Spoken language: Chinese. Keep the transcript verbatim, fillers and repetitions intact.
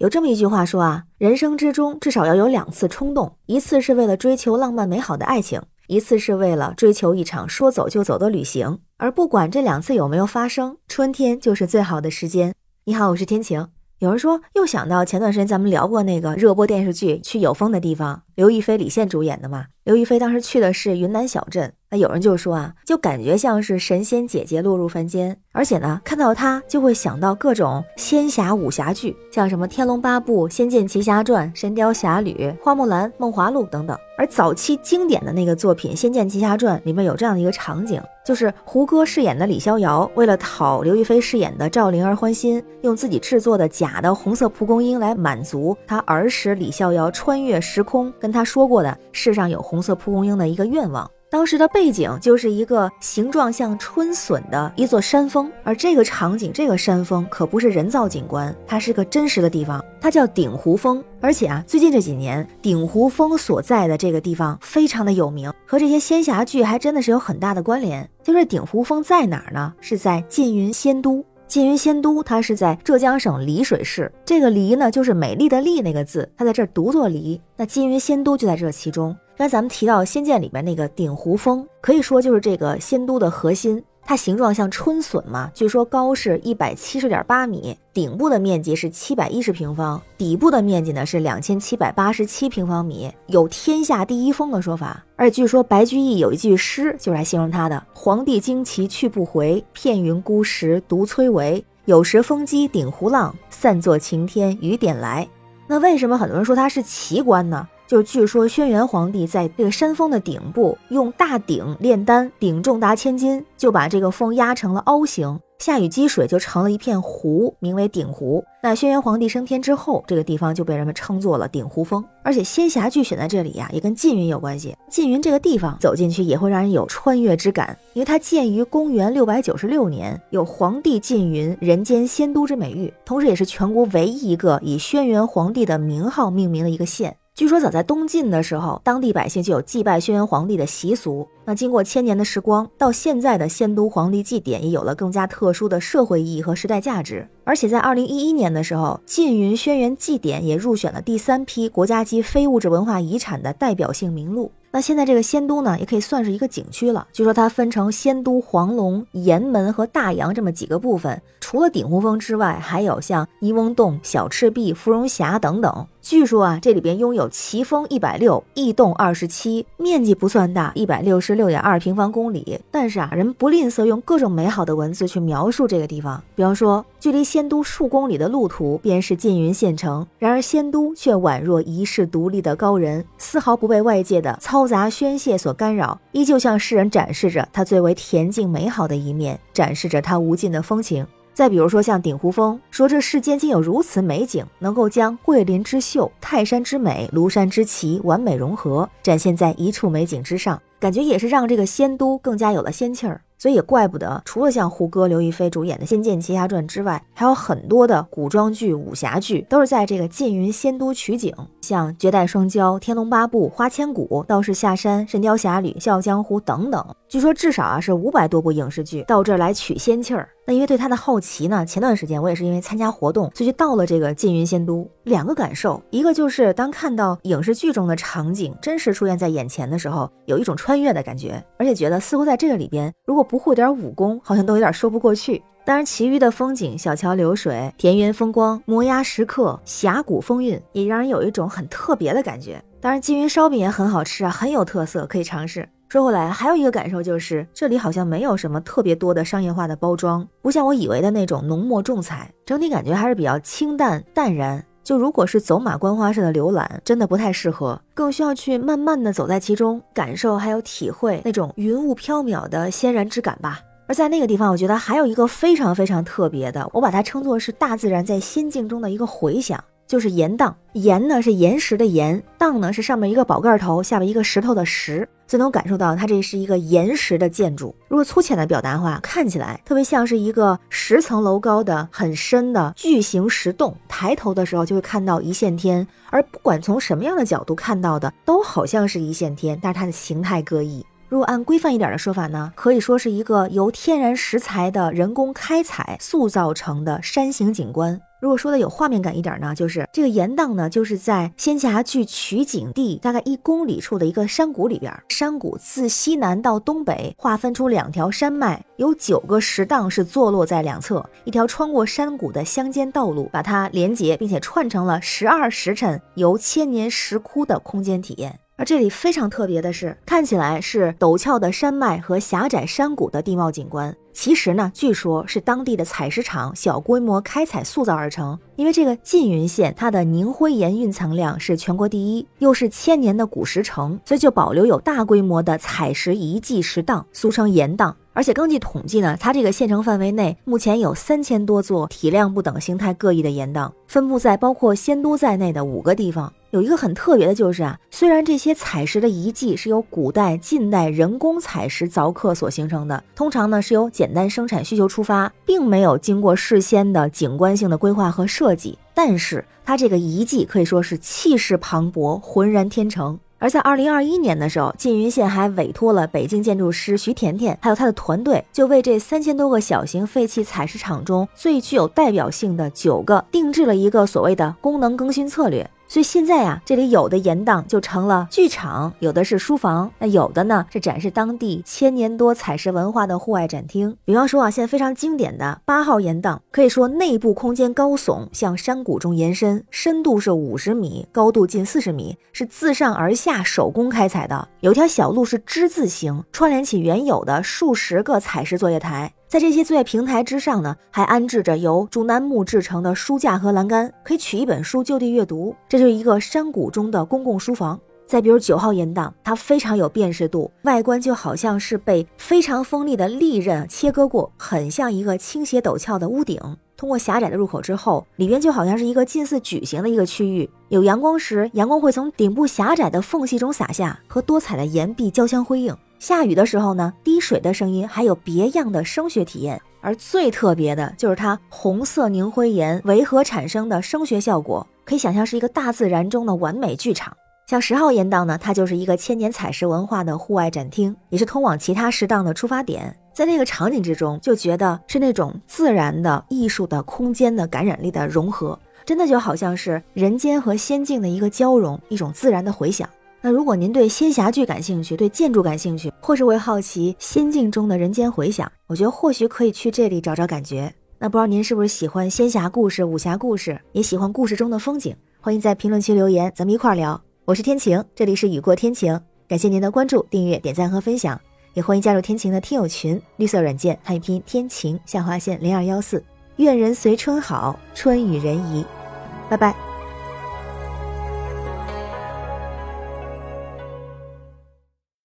有这么一句话说啊，人生之中至少要有两次冲动，一次是为了追求浪漫美好的爱情，一次是为了追求一场说走就走的旅行。而不管这两次有没有发生，春天就是最好的时间。你好，我是天晴。有人说又想到前段时间咱们聊过那个热播电视剧《去有风的地方》，刘亦菲、李现主演的嘛。刘亦菲当时去的是云南小镇，那有人就说啊，就感觉像是神仙姐姐落入凡间，而且呢，看到她就会想到各种仙侠武侠剧，像什么《天龙八部》《仙剑奇侠传》《神雕侠侣》《花木兰》《梦华录》等等。而早期经典的那个作品《仙剑奇侠传》里面有这样的一个场景，就是胡歌饰演的李逍遥为了讨刘亦菲饰演的赵灵儿欢心，用自己制作的假的红色蒲公英来满足他儿时李逍遥穿越时空跟他说过的世上有红色蒲公英的一个愿望。当时的背景就是一个形状像春笋的一座山峰，而这个场景这个山峰可不是人造景观，它是个真实的地方，它叫鼎湖峰。而且啊，最近这几年鼎湖峰所在的这个地方非常的有名，和这些仙侠剧还真的是有很大的关联。就是鼎湖峰在哪儿呢？是在缙云仙都。缙云仙都它是在浙江省丽水市，这个丽呢就是美丽的丽那个字，它在这儿读作丽，那缙云仙都就在这其中。刚才咱们提到仙剑里边那个鼎湖峰，可以说就是这个仙都的核心，它形状像春笋嘛，据说高是 一百七十点八米，顶部的面积是七百一十平方，底部的面积呢是两千七百八十七平方米，有天下第一峰的说法。而且据说白居易有一句诗就是来形容它的，黄帝旌旗去不回，片云孤石独崔嵬，有时风击鼎湖浪，散作晴天雨点来。那为什么很多人说它是奇观呢？就据说轩辕皇帝在这个山峰的顶部用大鼎炼丹，鼎重达千斤，就把这个峰压成了凹形，下雨积水就成了一片湖，名为鼎湖。那轩辕皇帝升天之后，这个地方就被人们称作了鼎湖峰。而且仙侠剧选在这里呀、啊，也跟缙云有关系。缙云这个地方走进去也会让人有穿越之感，因为它建于公元六百九十六年，有皇帝缙云人间仙都之美誉，同时也是全国唯一一个以轩辕皇帝的名号命名的一个县。据说早在东晋的时候，当地百姓就有祭拜轩辕皇帝的习俗。那经过千年的时光，到现在的仙都皇帝祭典也有了更加特殊的社会意义和时代价值。而且在二零一一年的时候，缙云轩辕祭典也入选了第三批国家级非物质文化遗产的代表性名录。那现在这个仙都呢，也可以算是一个景区了。据说它分成仙都、黄龙、岩门和大洋这么几个部分，除了鼎湖峰之外，还有像泥翁洞、小赤壁、芙蓉峡等等。据说啊，这里边拥有奇峰一百六，异洞二十七，面积不算大，一百六十六点二平方公里。但是啊，人不吝啬用各种美好的文字去描述这个地方。比方说，距离仙都数公里的路途便是缙云县城，然而仙都却宛若一世独立的高人，丝毫不被外界的嘈杂宣泄所干扰，依旧向世人展示着它最为恬静美好的一面，展示着它无尽的风情。再比如说像鼎湖峰，说这世间竟有如此美景，能够将桂林之秀、泰山之美、庐山之奇完美融合，展现在一处美景之上，感觉也是让这个仙都更加有了仙气儿。所以也怪不得，除了像胡歌、刘亦菲主演的《仙剑奇侠传》之外，还有很多的古装剧、武侠剧都是在这个缙云仙都取景，像《绝代双骄》、《天龙八部》、《花千骨》、《道士下山》、《神雕侠侣》、《笑傲江湖》等等。据说至少啊是五百多部影视剧到这儿来取仙气儿。那因为对他的好奇呢，前段时间我也是因为参加活动，所以就到了这个缙云仙都。两个感受，一个就是当看到影视剧中的场景真实出现在眼前的时候，有一种穿越的感觉，而且觉得似乎在这个里边，如果不会点武功，好像都有点说不过去。当然其余的风景，小桥流水、田园风光、摩崖石刻、峡谷风韵，也让人有一种很特别的感觉。当然缙云烧饼也很好吃啊，很有特色，可以尝试。说回来，还有一个感受就是，这里好像没有什么特别多的商业化的包装，不像我以为的那种浓墨重彩，整体感觉还是比较清淡淡然。就如果是走马观花式的浏览，真的不太适合，更需要去慢慢的走在其中，感受还有体会那种云雾飘渺的仙然之感吧。而在那个地方，我觉得还有一个非常非常特别的，我把它称作是大自然在仙境中的一个回响，就是岩荡。岩呢是岩石的岩，荡呢是上面一个宝盖头，下面一个石头的石，所以能感受到它这是一个岩石的建筑。如果粗浅的表达的话，看起来特别像是一个十层楼高的很深的巨型石洞，抬头的时候就会看到一线天，而不管从什么样的角度看到的都好像是一线天，但是它的形态各异。如果按规范一点的说法呢，可以说是一个由天然石材的人工开采塑造成的山形景观。 如果说的有画面感一点呢，就是这个岩荡呢，就是在仙侠剧取景地大概一公里处的一个山谷里边，山谷自西南到东北划分出两条山脉，有九个石荡是坐落在两侧，一条穿过山谷的乡间道路把它连接，并且串成了十二时辰由千年石窟的空间体验。而这里非常特别的是，看起来是陡峭的山脉和狭窄山谷的地貌景观，其实呢，据说是当地的采石场小规模开采塑造而成。因为这个缙云县它的凝灰岩蕴藏量是全国第一，又是千年的古石城，所以就保留有大规模的采石遗迹石荡，俗称岩荡。而且根据统计呢，它这个县城范围内目前有三千多座体量不等、形态各异的岩荡，分布在包括仙都在内的五个地方。有一个很特别的就是啊，虽然这些采石的遗迹是由古代、近代人工采石凿刻所形成的，通常呢是由简单生产需求出发，并没有经过事先的景观性的规划和设计，但是它这个遗迹可以说是气势磅礴、浑然天成。而在二零二一年的时候，缙云县还委托了北京建筑师徐甜甜还有他的团队，就为这三千多个小型废弃采石场中最具有代表性的九个定制了一个所谓的功能更新策略。所以现在啊，这里有的岩荡就成了剧场，有的是书房，那有的呢是展示当地千年多采石文化的户外展厅。比方说啊，现在非常经典的八号岩荡，可以说内部空间高耸，向山谷中延伸，深度是五十米，高度近四十米，是自上而下手工开采的。有条小路是之字形，串联起原有的数十个采石作业台。在这些作业平台之上呢，还安置着由竹楠木制成的书架和栏杆，可以取一本书就地阅读。这就是一个山谷中的公共书房。再比如九号岩荡，它非常有辨识度，外观就好像是被非常锋利的利刃切割过，很像一个倾斜陡峭的屋顶。通过狭窄的入口之后，里边就好像是一个近似矩形的一个区域，有阳光时，阳光会从顶部狭窄的缝隙中洒下，和多彩的岩壁交相辉映。下雨的时候呢，滴水的声音还有别样的声学体验。而最特别的就是它红色凝灰岩围合产生的声学效果，可以想象是一个大自然中的完美剧场。像十号岩荡呢，它就是一个千年采石文化的户外展厅，也是通往其他石荡的出发点。在那个场景之中，就觉得是那种自然的、艺术的、空间的感染力的融合，真的就好像是人间和仙境的一个交融，一种自然的回响。那如果您对仙侠剧感兴趣，对建筑感兴趣，或是会好奇仙境中的人间回响，我觉得或许可以去这里找找感觉。那不知道您是不是喜欢仙侠故事、武侠故事，也喜欢故事中的风景？欢迎在评论区留言，咱们一块聊。我是天晴，这里是雨过天晴，感谢您的关注、订阅、点赞和分享，也欢迎加入天晴的听友群，绿色软件汉语拼天晴下划线零二一四，愿人随春好，春与人宜。拜拜。